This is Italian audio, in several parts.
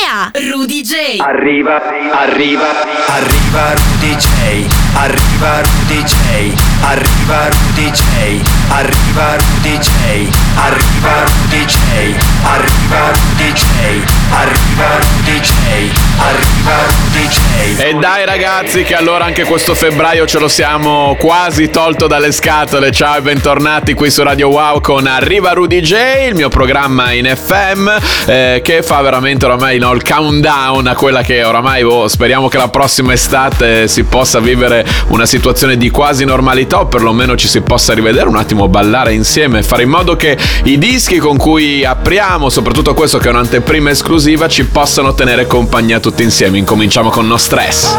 mia! Rudy J. Arriva Rudy J. Arriva Rudy J. Arriva Rudy J. Arriva Rudy J. Arriva Rudy J. Arriva Rudy J. Arriva Rudy J. Arriva Rudy J. E dai ragazzi, che allora anche questo febbraio ce lo siamo quasi tolto dalle scatole. Ciao e bentornati qui su Radio Wow con Arriva Rudy J, il mio programma in FM che fa veramente oramai il countdown a quella che oramai speriamo che la prossima estate si possa vivere una situazione di quasi normalità, o perlomeno ci si possa rivedere un attimo, ballare insieme, fare in modo che i dischi con cui apriamo, soprattutto questo che è un'anteprima esclusiva, ci possano tenere compagnia tutti insieme. Incominciamo con No Stress.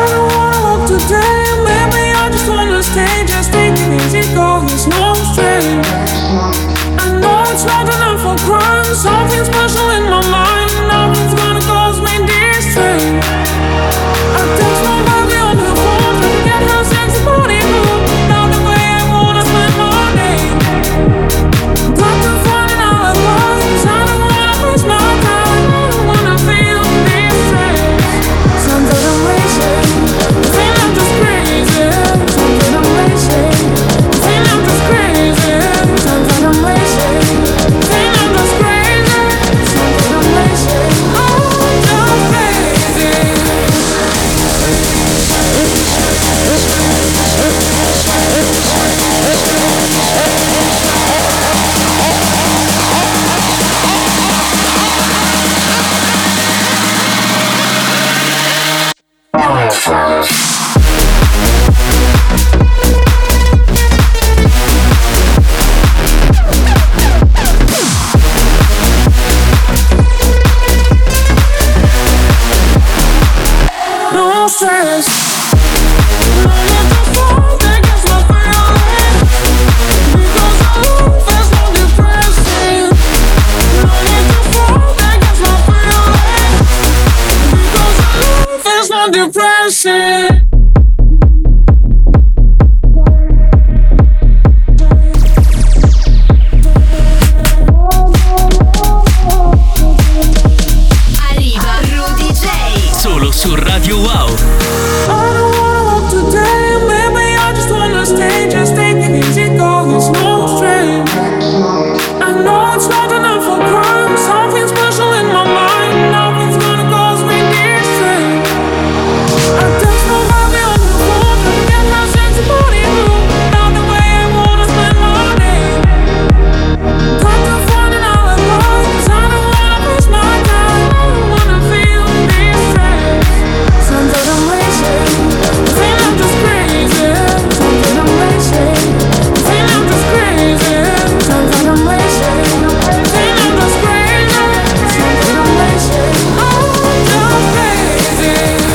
Something special in my mind, nothing's gonna cause me distress. I text my baby on her phone, get her sexy body moved. Now the way I wanna spend my day. Got to find out what it was, I don't wanna waste my time. I don't wanna feel distress. Something I'm wasting, feel I'm just crazy. Something I'm wasting, feel I'm just crazy. Something I'm wasting, feel I'm just crazy. Depression. Arriva Rudy J. Solo su Radio Wow. I don't wanna walk today, maybe I just wanna stay. Just take it easy, go, there's no strain. I know it's not enough for crime. Something special in my mind. Nothing's gonna cause me distress. I text my baby on the phone, get my sexy body moved. Now the way I wanna spend my day. Got to find out what it was, I don't wanna waste my time. I don't wanna feel distress. Something I'm wasting, feel I'm just crazy. Something I'm wasting, feel I'm just crazy. Something I'm wasting, feel I'm just crazy. Something I'm wasting, I'm just crazy.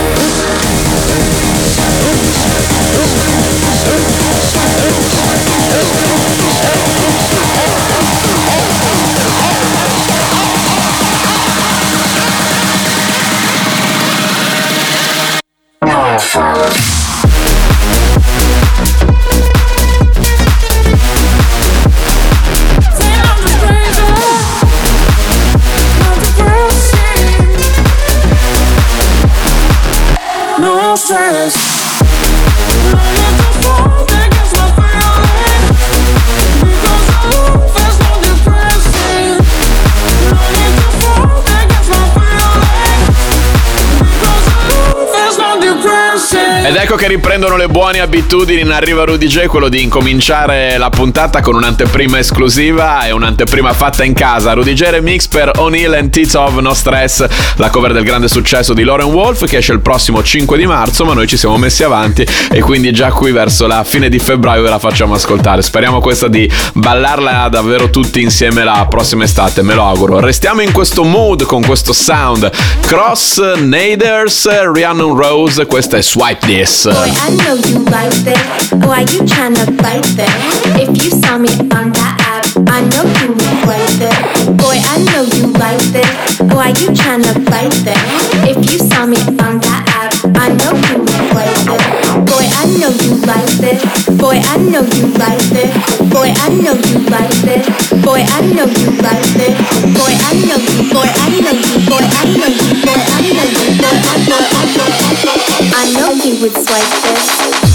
No stress. No need to fall against my feeling. Because I love there's no depression. No need to fall against my feeling. Because I love there's no depression. Ed ecco che riprendono le buone abitudini in Arriva Rudy J, quello di incominciare la puntata con un'anteprima esclusiva e un'anteprima fatta in casa. Rudy J remix per O'Neill and Titov, No Stress, la cover del grande successo di Lauren Wolf, che esce il prossimo 5 di marzo, ma noi ci siamo messi avanti e quindi già qui verso la fine di febbraio ve la facciamo ascoltare. Speriamo questa di ballarla davvero tutti insieme la prossima estate, me lo auguro. Restiamo in questo mood con questo sound. Cross Naders, Rhiannon Rose, questa è Swipe This. Boy, I know you like this. Why you tryna fight this? If you saw me on that app, I know you would play this. Boy, I know you like this. Why you tryna fight this? If you saw me on that app, I know you would play this. Boy, I know you like this. Boy, I know you like this. Boy, I know you like this. Boy, I know you like this. Boy, I know you. Boy, I know you. Boy, I know you. Boy, I know you. would swipe this.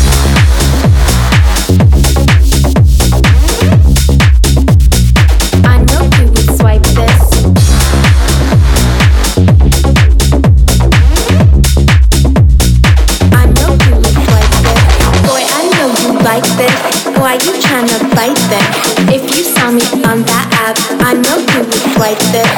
I know you would swipe this. I know you would swipe this. Boy, I know you like this. Why you tryna fight this? If you saw me on that app, I know you would swipe this.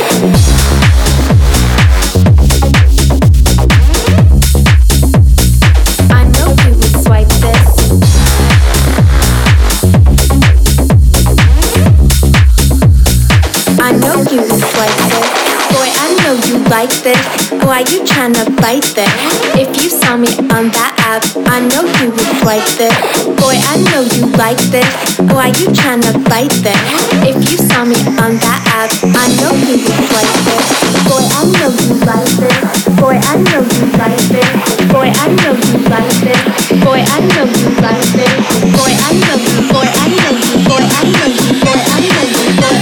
Like this, why you tryna fight this? If you saw me on that app, I know you would swipe this. Boy, I know you like this, why you tryna fight this? If you saw me on that app, I know you would swipe this. Boy, I know you like this. Boy, I know you like this. Boy, I know you like this. Boy, I know you like this. Boy, I know you. Boy, I know you. Boy, I know you. Boy, I know you. Boy,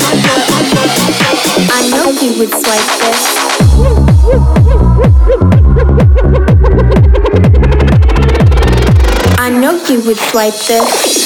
I know you would swipe this. I know you would swipe this.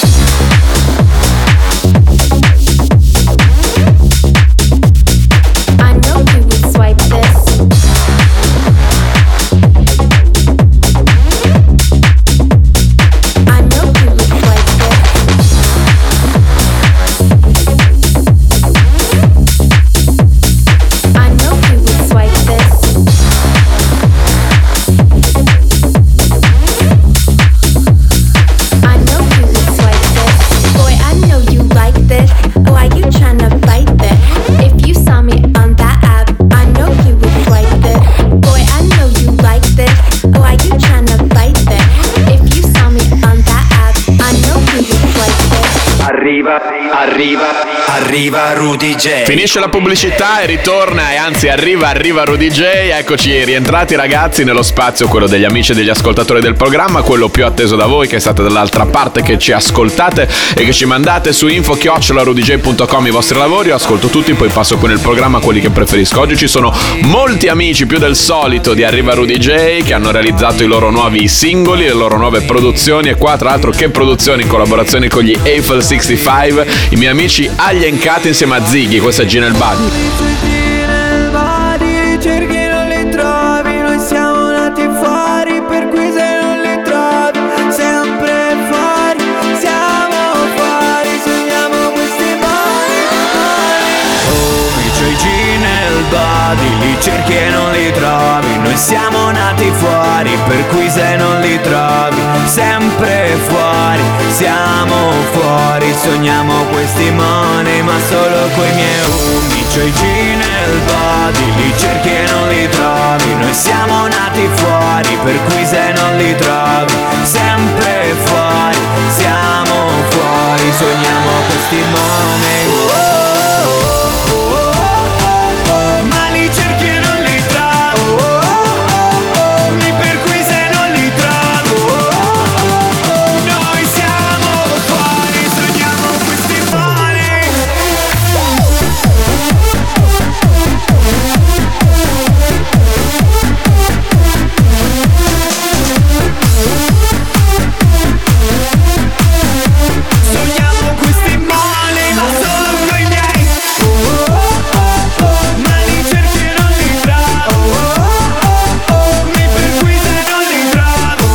Arriva Rudy J. Finisce la pubblicità e ritorna, e anzi arriva Rudy J. Eccoci rientrati, ragazzi, nello spazio, quello degli amici e degli ascoltatori del programma, quello più atteso da voi che state dall'altra parte, che ci ascoltate e che ci mandate su info@rudyj.com i vostri lavori. Io ascolto tutti, poi passo con il programma quelli che preferisco. Oggi ci sono molti amici, più del solito, di Arriva Rudy J, che hanno realizzato i loro nuovi singoli, le loro nuove produzioni. E qua, tra l'altro, che produzioni in collaborazione con gli Eiffel 65, i miei amici Agli Encati insieme a Ziggy. Questa è Gina il Badi. Cerchi non li trovi, noi siamo nati fuori, per cui se non li trovi, sempre fuori, siamo fuori, sogniamo questi mari. Oh, mi c'hai G nel body, li cerchi e non li trovi, noi siamo nati fuori, per cui se non li trovi, sempre fuori, siamo fuori, sogniamo questi money, ma solo coi miei unici G nel body, li cerchi e non li trovi, noi siamo nati fuori, per cui se non li trovi, sempre fuori, siamo fuori, sogniamo questi money. Ma li cerchi e non li trovi, per cui se non li trovi, noi siamo fuori, sogniamo questi money. Sogniamo questi money, ma solo coi miei. Ma li cerchi e non li trovi, per cui se non li trovi,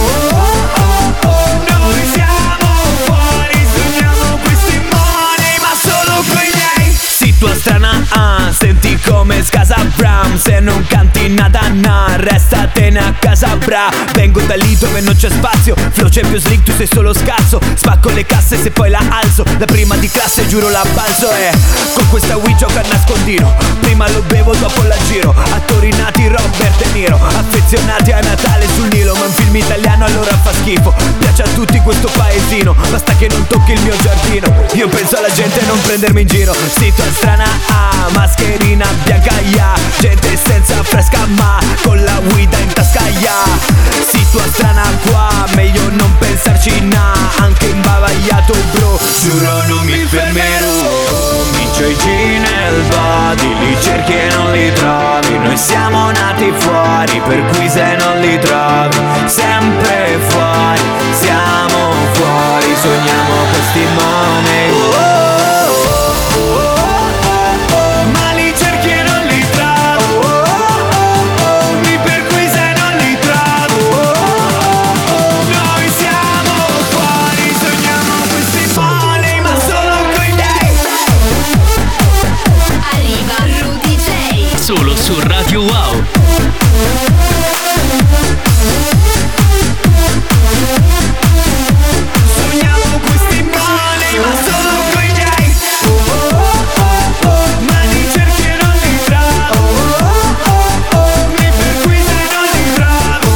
noi siamo fuori, sogniamo questi money, ma solo coi miei. Situa strana, senti come scasa Bram, se non canti nada, restatene a casa bra. Vengo da lì dove non c'è spazio, flow c'è più slick, tu sei solo scarso. Spacco le casse se poi la alzo, la prima di classe giuro la balzo. E con questa Wii gioco a nascondino, prima lo bevo dopo la giro. Attori nati Robert De Niro, affezionati a Natale sul Nilo, ma un film italiano allora fa schifo. Piace a tutti questo paesino, basta che non tocchi il mio giardino. Io penso alla gente, non prendermi in giro. Situa strana, mascherina bianca, gente senza fresca ma con la guida in tasca, Situa strana qua, meglio non pensarci, anche imbavagliato bro, giuro non mi fermerò. Mi c'hai G nel body, li cerchi e non li trovi, noi siamo nati fuori, per cui se non li trovi, sempre fuori, Solo su Radio Wow. Sogniamo questi mani, ma solo con i miei. Ma li cerchi e non li trovo. Mi perquisito e non li trovo.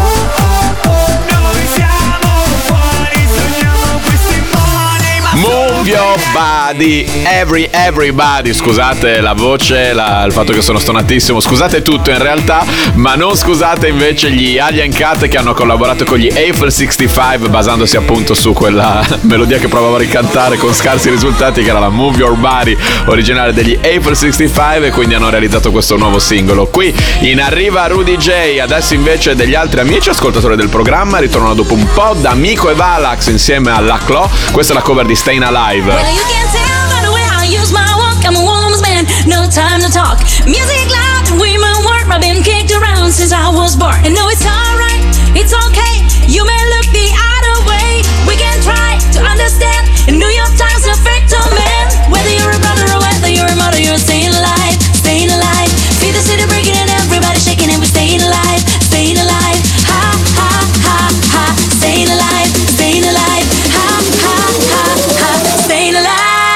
Noi siamo fuori, sogniamo questi mani, ma Move your body, everybody. Scusate la voce, il fatto che sono stonatissimo. Scusate tutto in realtà, ma non scusate invece gli Alien Cat che hanno collaborato con gli Eiffel 65, basandosi appunto su quella melodia che provavo a ricantare con scarsi risultati, che era la Move Your Body originale degli Eiffel 65, e quindi hanno realizzato questo nuovo singolo. Qui in Arriva Rudy J. Adesso invece degli altri amici ascoltatori del programma ritornano dopo un po' da Miko e Valax insieme alla Clo. Questa è la cover di Stayin' Alive. Well, you can't tell by the way I use my walk. I'm a woman's man, no time to talk. Music loud, women work. I've been kicked around since I was born. And no, it's alright, it's okay. You may look the other way. We can try to understand. In New York Times affect a man. Whether you're a brother or whether you're a mother, you're staying alive, staying alive. Feel the city breaking and everybody shaking, and we're staying alive, staying alive. Ha ha ha ha, staying alive, staying alive. Ha ha ha ha, staying alive.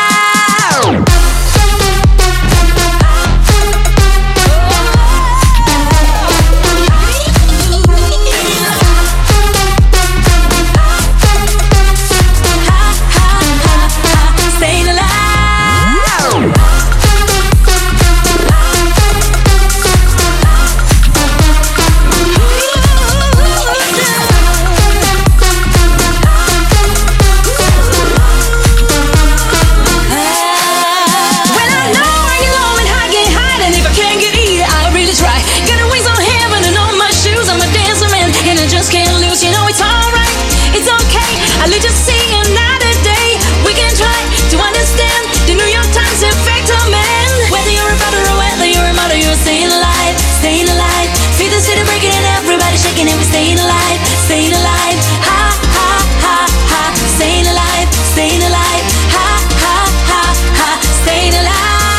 Staying alive. Well, I know I get low and high, get high, and if I can't get eat, I really try. Got a wings on heaven and on my shoes, I'm a dancer man, and I just can't lose. You know it's alright, it's okay. I'll let you see another day. We can try to understand the New York Times effect of man. Whether you're a brother or whether you're a mother, you're staying alive, staying alive. Feel the city breaking and everybody shaking, and we're staying alive, staying alive. Ha ha ha ha, staying alive, staying alive. Ha ha ha ha, staying alive.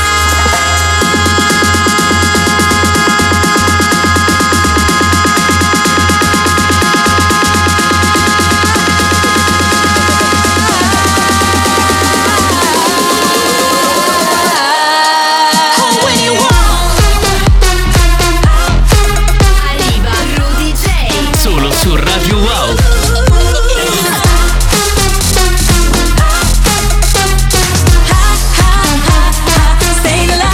When you want. Arriva Rudy J. Solo su Radio Wow. Staying alive.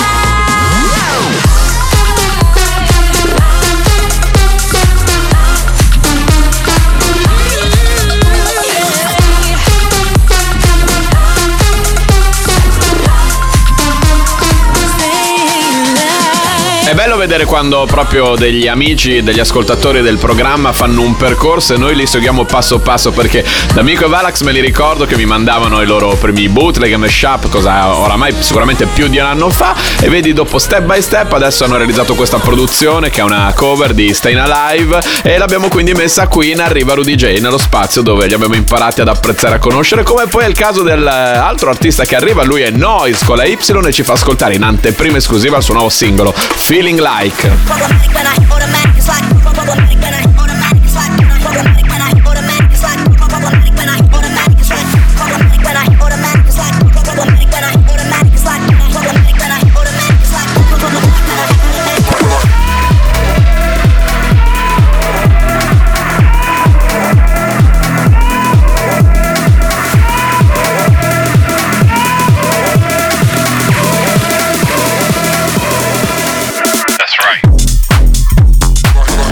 È bello vedere quando proprio degli amici, degli ascoltatori del programma fanno un percorso e noi li seguiamo passo passo, perché da Miko e Valax me li ricordo che mi mandavano i loro primi bootleg e mashup, cosa oramai sicuramente più di un anno fa, e vedi dopo step by step adesso hanno realizzato questa produzione che è una cover di Stayin' Alive, e l'abbiamo quindi messa qui in Arriva Rudy J, nello spazio dove li abbiamo imparati ad apprezzare e a conoscere, come poi è il caso dell'altro artista che arriva. Lui è Noise con la Y e ci fa ascoltare in anteprima esclusiva il suo nuovo singolo Feeling Like. That's right.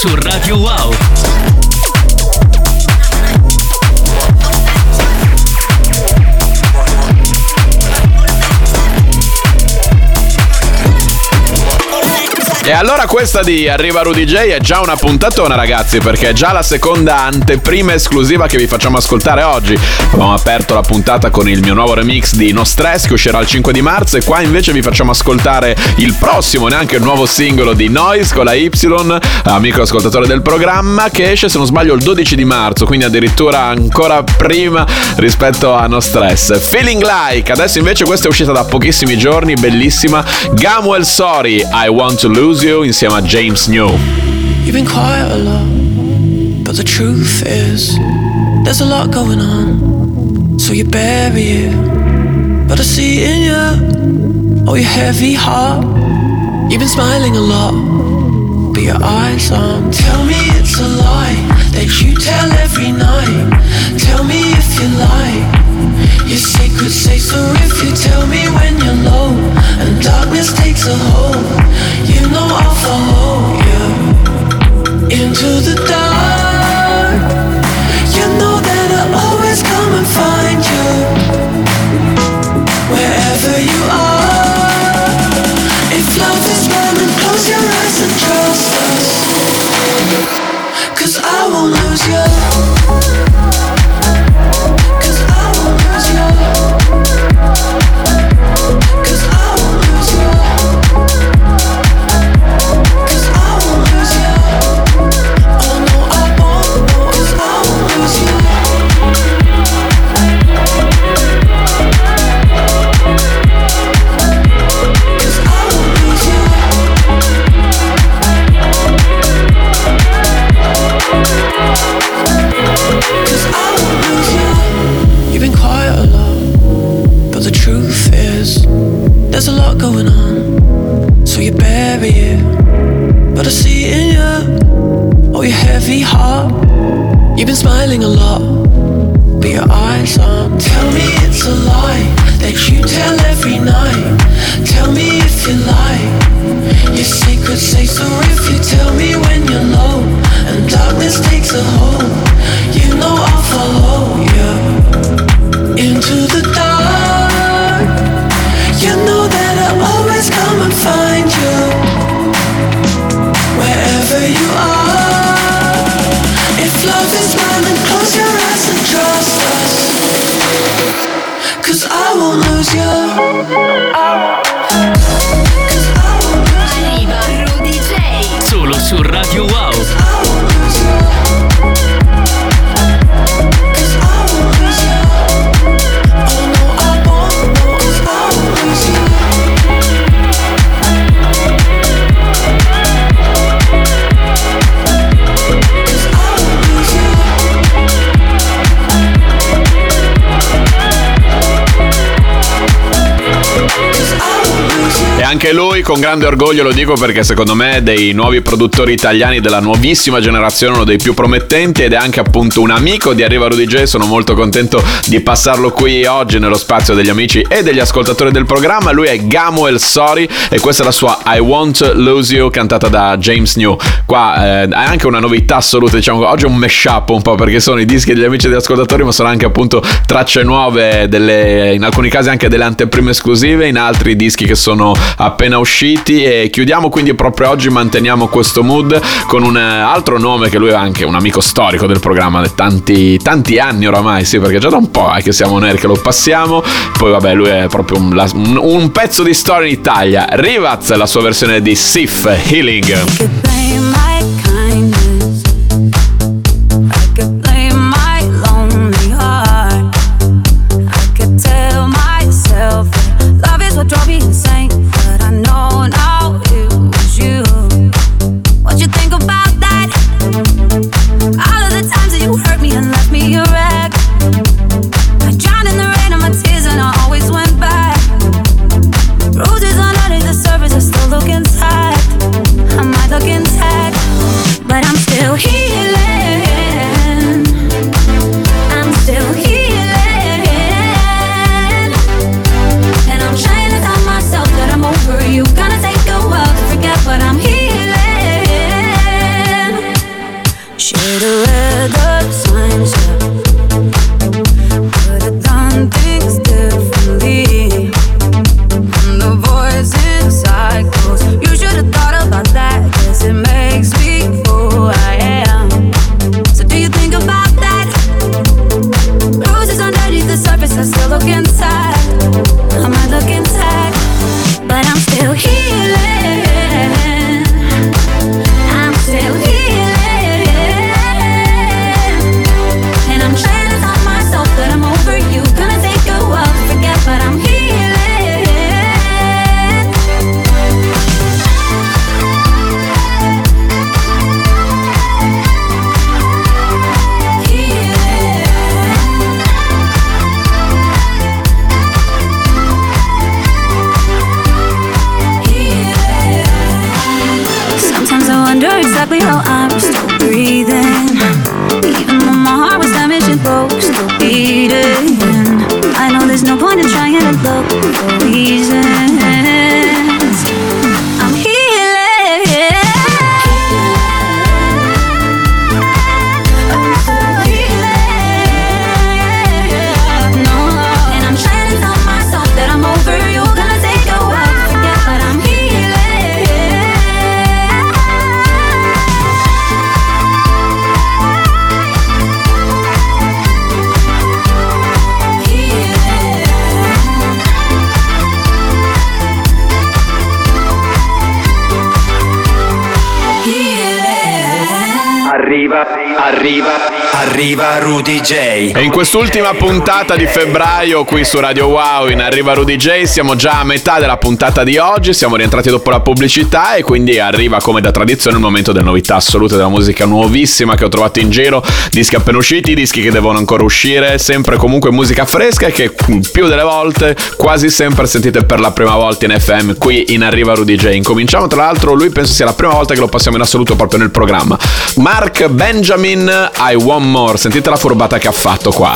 su Radio Wow. E allora questa di Arriva Rudy J è già una puntatona, ragazzi, perché è già la seconda anteprima esclusiva che vi facciamo ascoltare oggi. Abbiamo aperto la puntata con il mio nuovo remix di No Stress che uscirà il 5 di marzo e qua invece vi facciamo ascoltare il prossimo, neanche il nuovo singolo di Noise con la Y, amico ascoltatore del programma, che esce se non sbaglio il 12 di marzo, quindi addirittura ancora prima rispetto a No Stress. Feeling Like, adesso invece questa è uscita da pochissimi giorni, bellissima, Gamuel Sorry, I Want to Lose You insieme a James New. You've been quiet a lot, but the truth is there's a lot going on, so you bury it, but I see in you, oh, your heavy heart. You've been smiling a lot, but your eyes aren't. Tell me it's a lie that you tell every night. Tell me if you lie, your secrets say so. If you tell me when you're low and darkness takes a hold, you know I'll follow you into the dark. You know that I'll always come and find you wherever you are. If love is running, close your eyes and trust us, 'cause I won't lose you. There's a lot going on, so you bury it, but I see in you, oh, your heavy heart. You've been smiling a lot, but your eyes aren't. Tell me it's a lie that you tell every night. Tell me if you lie, your secrets say so. If you tell me when you're low and darkness takes a hold, you know I'll follow you into the dark. You know that I'll always come and find you wherever you are. If love is running, close your eyes and trust us, 'cause I won't lose you. Arriva Rudy J. Solo su Radio Wow. E anche lui con grande orgoglio, lo dico perché secondo me è dei nuovi produttori italiani della nuovissima generazione, uno dei più promettenti, ed è anche appunto un amico di Arriva Rudy J. Sono molto contento di passarlo qui oggi nello spazio degli amici e degli ascoltatori del programma. Lui è Gamuel Sorry e questa è la sua I Want Lose You cantata da James New. Qua è anche una novità assoluta, diciamo oggi è un mashup un po', perché sono i dischi degli amici e degli ascoltatori, ma sono anche appunto tracce nuove, in alcuni casi anche delle anteprime esclusive, in altri dischi che sono appena usciti. E chiudiamo quindi proprio oggi, manteniamo questo mood con un altro nome che lui è anche un amico storico del programma, tanti anni oramai, sì, perché già da un po' che siamo noi che lo passiamo. Poi vabbè, lui è proprio un pezzo di storia in Italia. Rivaz, la sua versione di Sif, Healing. Drove me insane, but I know now it was you. What you think about that? All of the times that you hurt me and left me a wreck. I drowned in the rain of my tears and I always went back. Bruises underneath the surface, I still look inside. I might look inside. exactly how I'm still breathing. Even though my heart was damaged and broke, still beating. I know there's no point in trying to look for reasons. I'm healing. Arriva Rudy J. E in quest'ultima puntata di febbraio qui su Radio Wow in Arriva Rudy J siamo già a metà della puntata di oggi, siamo rientrati dopo la pubblicità e quindi arriva come da tradizione il momento delle novità assolute, della musica nuovissima che ho trovato in giro, dischi appena usciti, dischi che devono ancora uscire, sempre comunque musica fresca e che più delle volte, quasi sempre sentite per la prima volta in FM qui in Arriva Rudy J. Incominciamo, tra l'altro lui penso sia la prima volta che lo passiamo in assoluto proprio nel programma. Mark Benjamin, I Want More, sentite la furbata che ha fatto qua,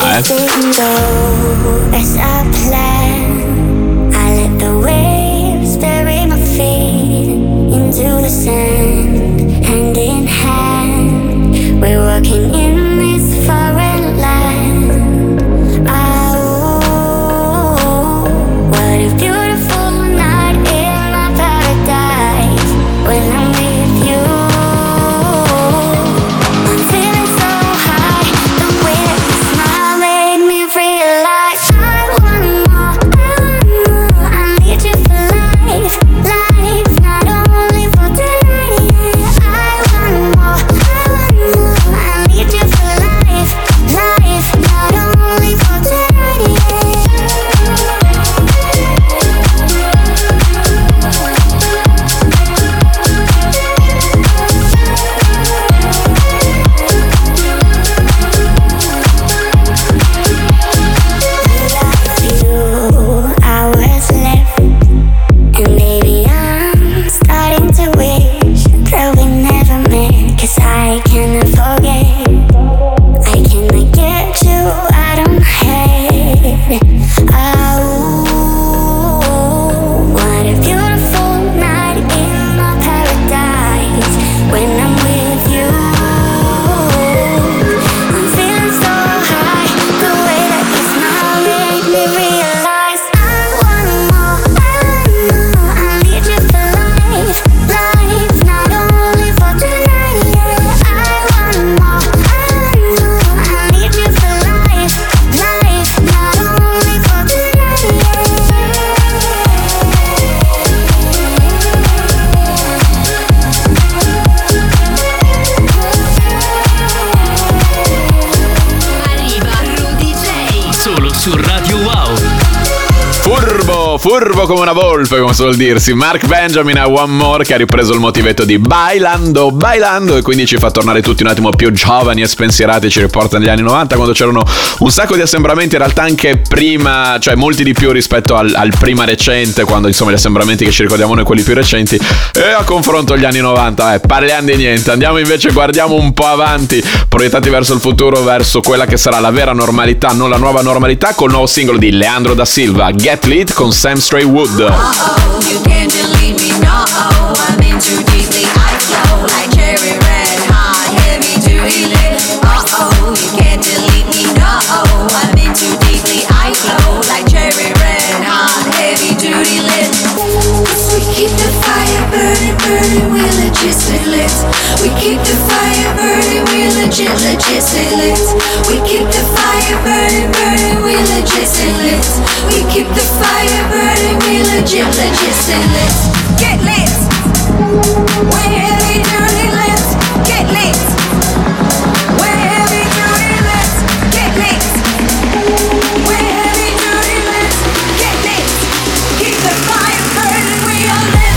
Furbo come una volpe, come suol dirsi. Mark Benjamin a One More, che ha ripreso il motivetto di Bailando, Bailando, e quindi ci fa tornare tutti un attimo più giovani e spensierati. Ci riporta negli anni 90, quando c'erano un sacco di assembramenti, in realtà anche prima, cioè molti di più rispetto al prima recente, quando insomma gli assembramenti che ci ricordiamo noi, quelli più recenti, e a confronto gli anni 90, parliamo di niente. Andiamo invece, guardiamo un po' avanti, proiettati verso il futuro, verso quella che sarà la vera normalità, non la nuova normalità, col nuovo singolo di Leandro da Silva, Get Lit, con Sam Straywood. You can't delete me, no, I'm in too deeply, I flow like cherry red hot, heavy duty lit. You can't delete me, no, I'm in too deeply, I flow like cherry red hot, heavy duty lit. We keep the fire burning, burning, we legit stay lit. We keep the fire burning, we legit stay lit. We keep the fire burning, burning, we legit stay lit. We keep the fire burning, we legit stay lit. Get lit. We're heavy duty lit. Get lit. We're heavy duty lit. Get lit. We're heavy duty lit. Get lit. Keep the fire burning, we are lit.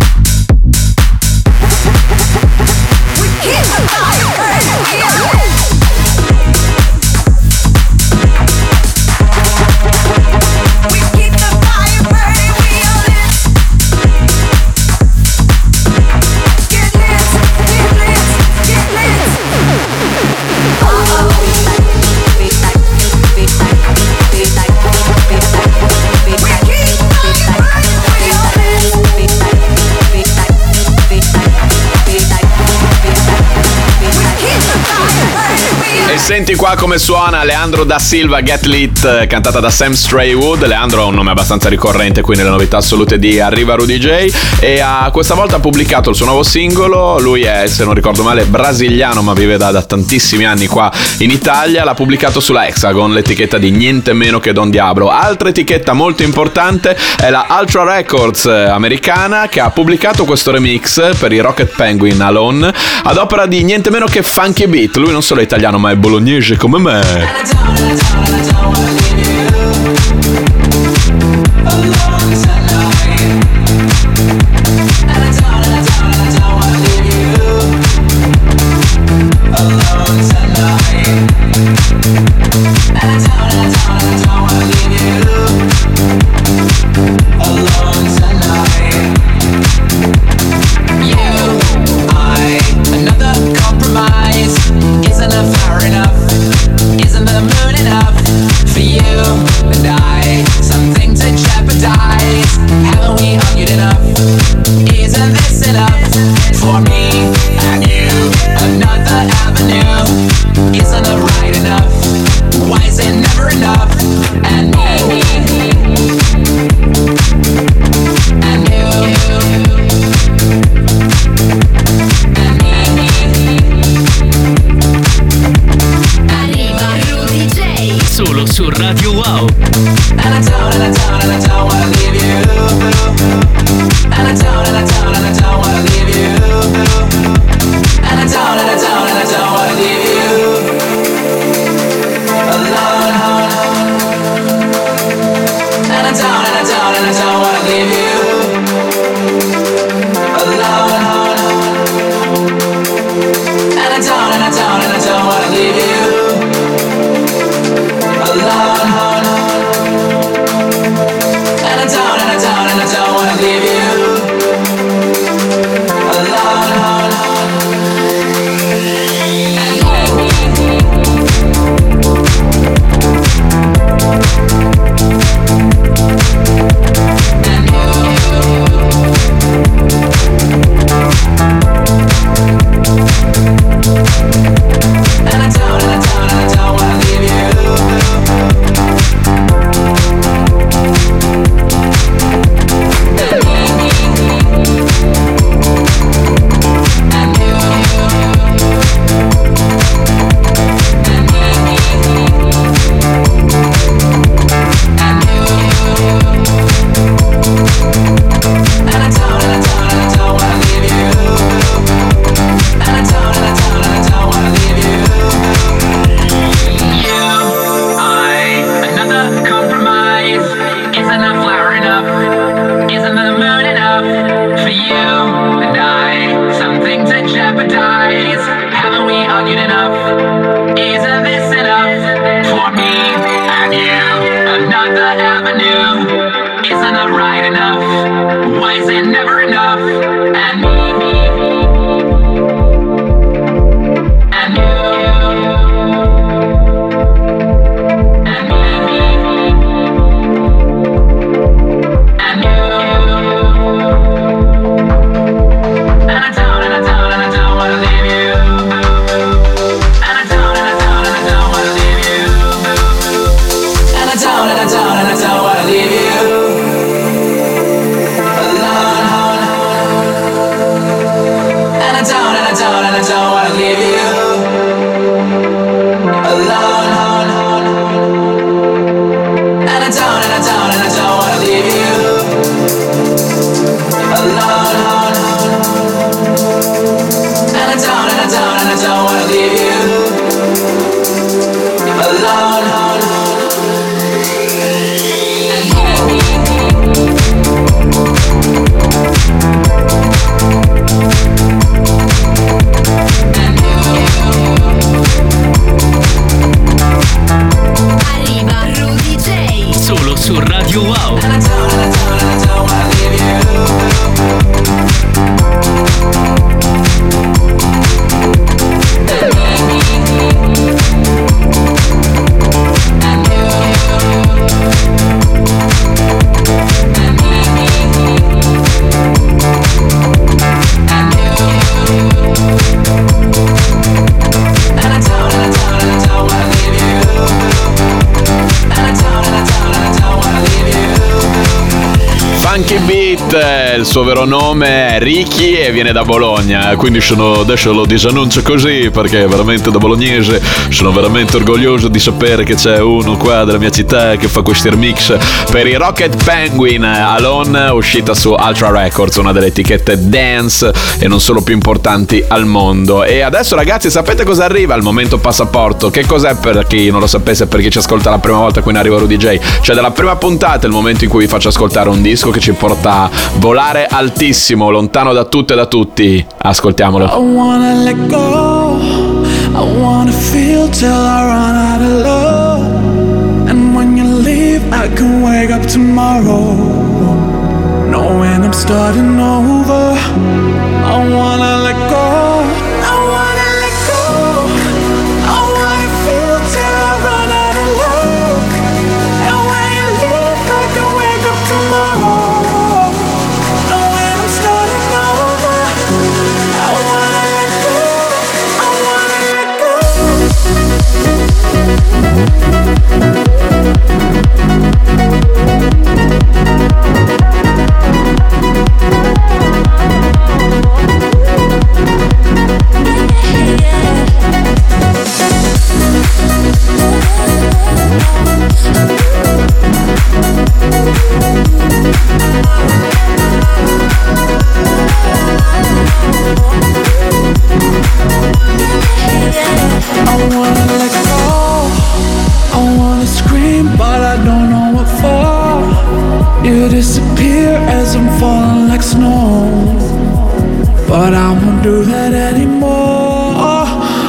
We keep the fire burning, we are lit. E senti qua come suona Leandro da Silva, Get Lit, cantata da Sam Straywood. Leandro ha un nome abbastanza ricorrente qui nelle novità assolute di Arriva Rudy J, e questa volta ha pubblicato il suo nuovo singolo. Lui è, se non ricordo male, brasiliano ma vive da tantissimi anni qua in Italia. L'ha pubblicato sulla Hexagon, l'etichetta di niente meno che Don Diablo. Altra etichetta molto importante è la Ultra Records americana, che ha pubblicato questo remix per i Rocket Penguin Alone ad opera di niente meno che Funky Beat. Lui non solo è italiano ma è bolognese come me. Solo su Radio Wow. Funky Beat, il suo vero nome è Ricky e viene da Bologna, quindi adesso lo disannuncio così perché è veramente da bolognese, sono veramente orgoglioso di sapere che c'è uno qua della mia città che fa questi remix per i Rocket Penguin. Alone, uscita su Ultra Records, una delle etichette dance e non solo più importanti al mondo. E adesso ragazzi, sapete cosa arriva? Il momento passaporto. Che cos'è, per chi non lo sapesse, per chi ci ascolta la prima volta qui in Arriva Rudy J? Cioè dalla prima puntata è il momento in cui vi faccio ascoltare un disco che ci porta a volare altissimo, lontano da tutto e da tutti. Ascoltiamolo. I wanna let go, I wanna feel till I run out of love. And when you leave I can wake up tomorrow knowing I'm starting over. I wanna let go, I wanna let go, I wanna feel till I run out of love. And when you leave I can wake up tomorrow knowing I'm starting over. I wanna let go, I wanna let go. I wanna let go, I wanna scream, but I don't know what for. You disappear as I'm falling like snow, but I won't do that anymore.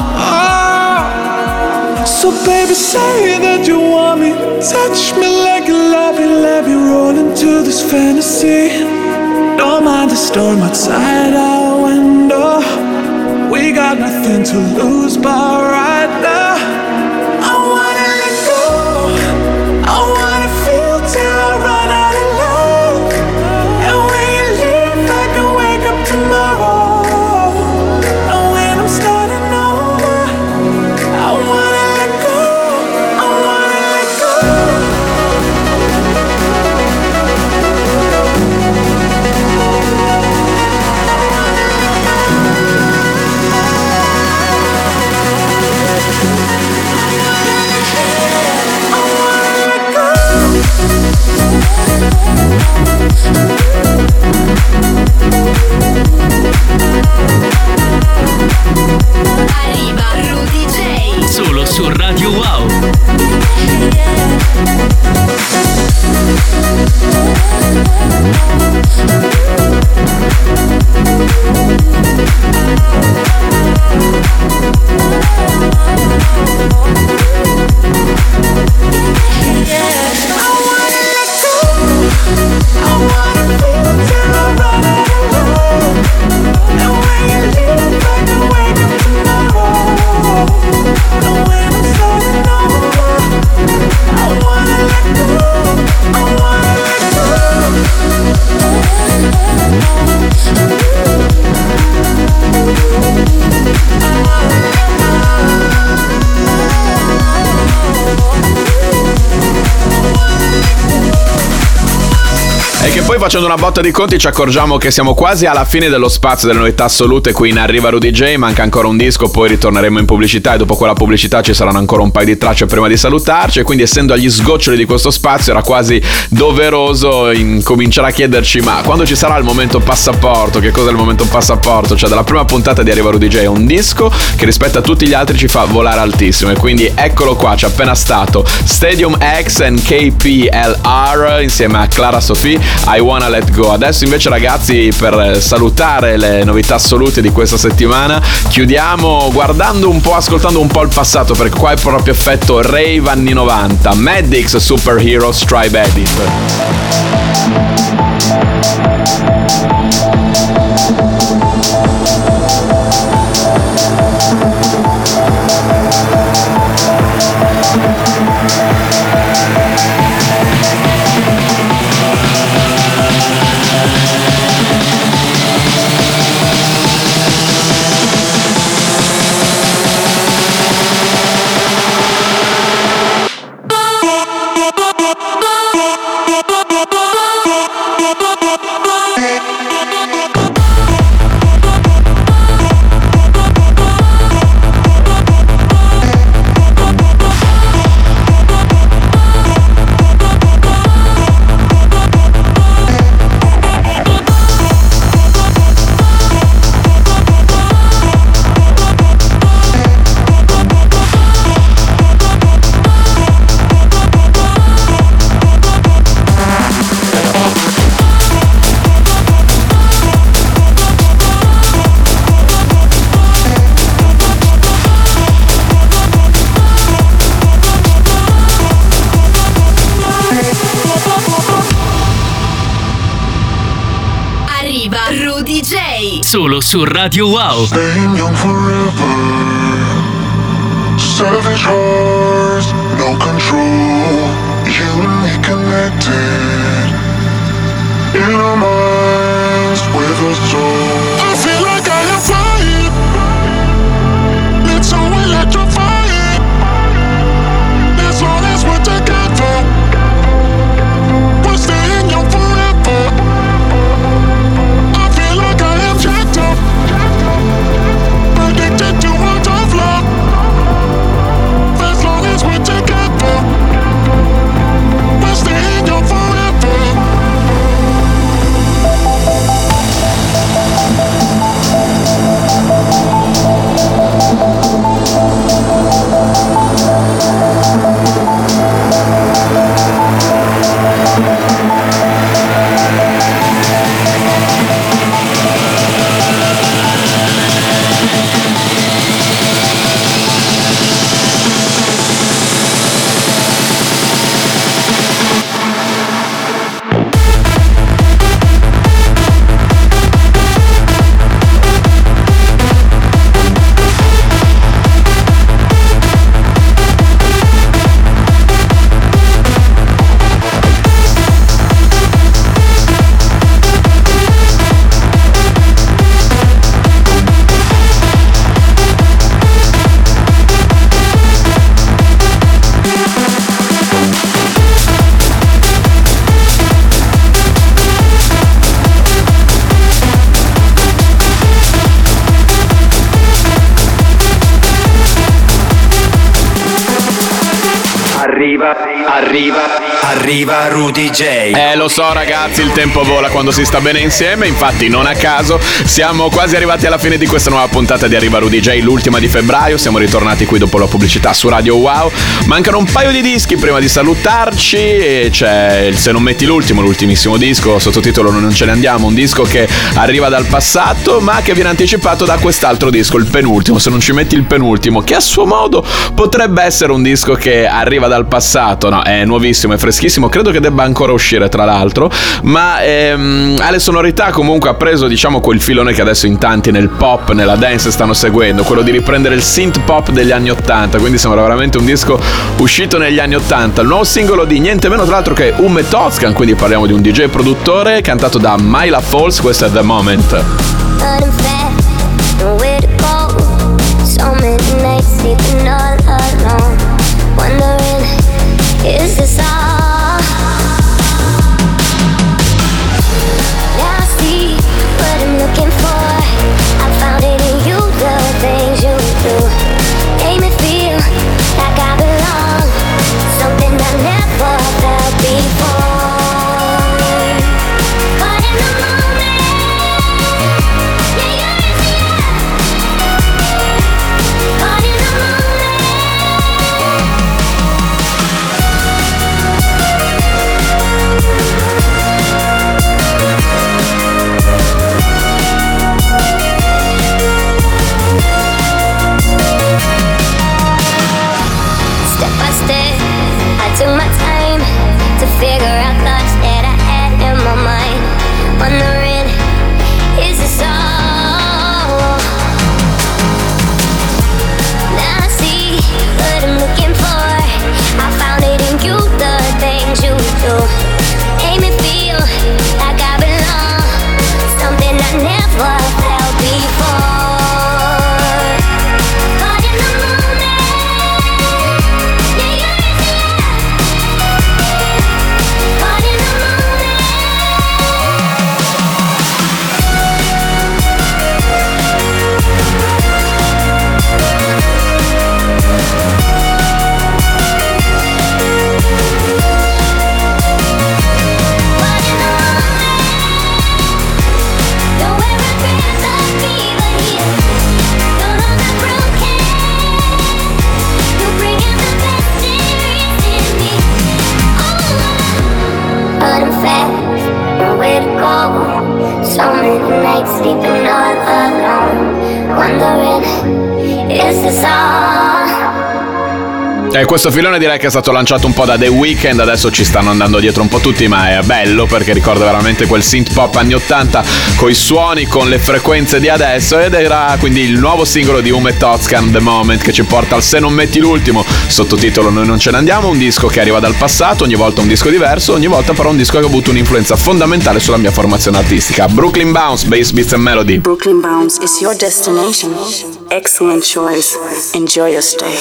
So baby, say that you want me, touch me like you love me, let me roll into this fantasy. Don't mind the storm outside our window, we got nothing to lose, but right now I wanna let go, I wanna feel till I run out of love. And when you leave I can wake up tomorrow knowing I'm starting over. I wanna let go, I wanna let go. Arriva Rudy J. Solo su Radio Wow. E che poi facendo una botta di conti ci accorgiamo che siamo quasi alla fine dello spazio delle novità assolute qui in Arriva Rudy J. Manca ancora un disco, poi ritorneremo in pubblicità e dopo quella pubblicità ci saranno ancora un paio di tracce prima di salutarci, e quindi essendo agli sgoccioli di questo spazio era quasi doveroso incominciare a chiederci: ma quando ci sarà il momento passaporto? Che cos'è il momento passaporto? Cioè dalla prima puntata di Arriva Rudy J un disco che rispetto a tutti gli altri ci fa volare altissimo, e quindi eccolo qua, c'è appena stato Stadium X and KPLR insieme a Clara Sophie, I Wanna Let Go. Adesso invece ragazzi, per salutare le novità assolute di questa settimana, chiudiamo guardando un po', ascoltando un po' il passato, perché qua è proprio effetto rave anni 90. Maddix Superheroes Tribe Edit. Bye. solo su Radio Wow. Staying young forever. Savage hearts, no control. Humanly connected. In our minds, with a soul. I feel like I am flying. It's so electrifying. As long as we're together, we're staying young forever. I feel like I am jacked up, addicted to a tough love. As long as we're together, we're staying young forever. Arriva Rudy J. Lo so ragazzi, il tempo vola quando si sta bene insieme, infatti non a caso siamo quasi arrivati alla fine di questa nuova puntata di Arriva Rudy J, l'ultima di febbraio. Siamo ritornati qui dopo la pubblicità su Radio Wow. Mancano un paio di dischi prima di salutarci e c'è Se non metti l'ultimissimo disco, sottotitolo Non ce ne andiamo, un disco che arriva dal passato ma che viene anticipato da quest'altro disco, il penultimo, Se non ci metti il penultimo, che a suo modo potrebbe essere un disco che arriva dal passato. No, è nuovissimo, è freschissimo, credo che debba ancora uscire tra l'altro, ma alle sonorità comunque ha preso, diciamo, quel filone che adesso in tanti nel pop, nella dance stanno seguendo, quello di riprendere il synth pop degli anni 80, quindi sembra veramente un disco uscito negli anni 80. Il nuovo singolo di niente meno tra l'altro che Ume Toscan, quindi parliamo di un DJ produttore, cantato da Myla Falls, questo è The Moment. Is this all? Now I see what I'm looking for. I found it in you, the things you do. Make me feel like I belong, something I never felt before. But in the moment, yeah, you're in the air. But in the moment. I took my time to figure out thoughts that I had in my mind. Wondering, is this all? Now I see what I'm looking for. I found it in you, the things you do. Make me feel like I belong, something I never felt before. So many nights sleeping all alone, wondering, is this all? Questo filone direi che è stato lanciato un po' da The Weeknd, adesso ci stanno andando dietro un po' tutti, ma è bello perché ricorda veramente quel synth pop anni 80 coi suoni, con le frequenze di adesso, ed era quindi il nuovo singolo di Ume Tozcan, The Moment, che ci porta al Se non metti l'ultimo, sottotitolo Noi non ce ne andiamo, un disco che arriva dal passato, ogni volta un disco diverso, ogni volta però un disco che ha avuto un'influenza fondamentale sulla mia formazione artistica. Brooklyn Bounce, Bass, Beats and Melody. Brooklyn Bounce is your destination. Excellent choice. Enjoy your stay.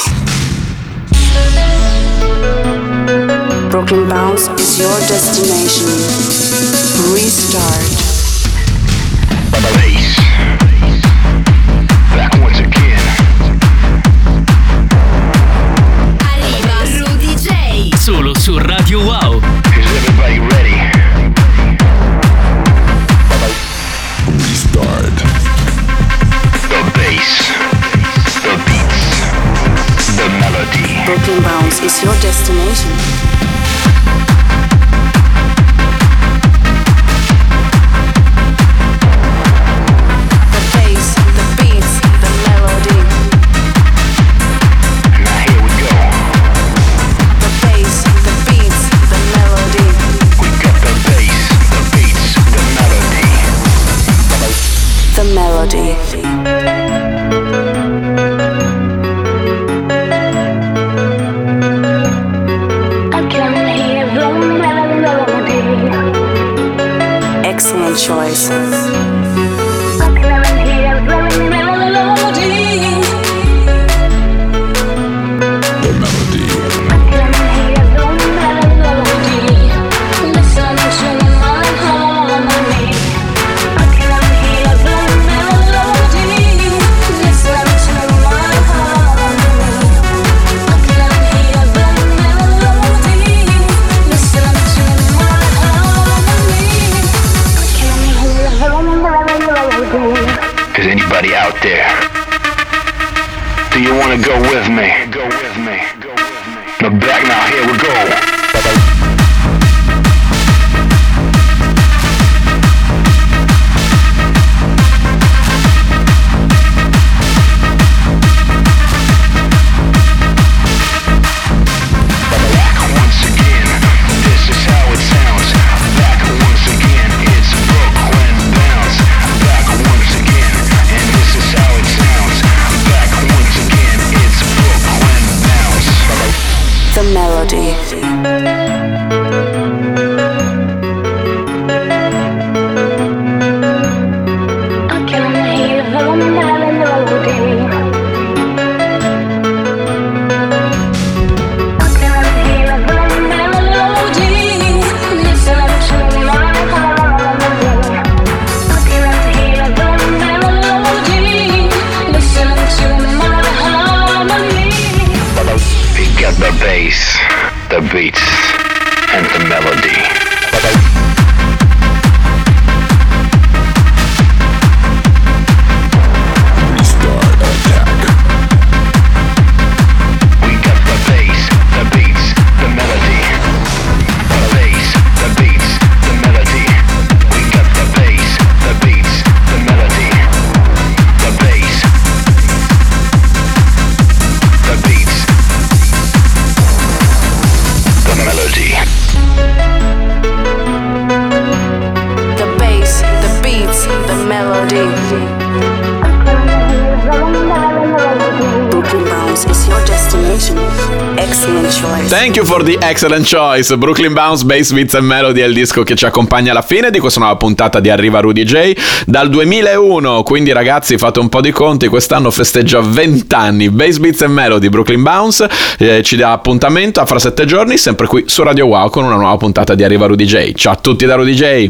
Brooklyn Bounce is your destination. Restart. Bass. Back once again. Arriva Rudy J. Solo su Radio Wow. Is everybody ready? Restart. The bass. The beats. The melody. Brooklyn Bounce is your destination. Choice. Is anybody out there? Do you want to go with me? Go with me. Go with me. Now back now, here we go. The bass, the beats, and the melody. Restart attack. We got the bass, the beats, the melody. The bass, the beats, the melody. We got the bass, the beats, the melody. The bass, the beats. The melody. The bass, the beats, the melody. Brooklyn Bounce is your destination. Excellent choice. Thank you for the excellent choice. Brooklyn Bounce, Bass, Beats and Melody è il disco che ci accompagna alla fine di questa nuova puntata di Arriva Rudy J dal 2001. Quindi ragazzi, fate un po' di conti, quest'anno festeggia 20 anni. Bass, Beats and Melody, Brooklyn Bounce ci dà appuntamento a fra 7 giorni, sempre qui su Radio Wow con una nuova puntata di Arriva Rudy J. Ciao a tutti da Rudy J.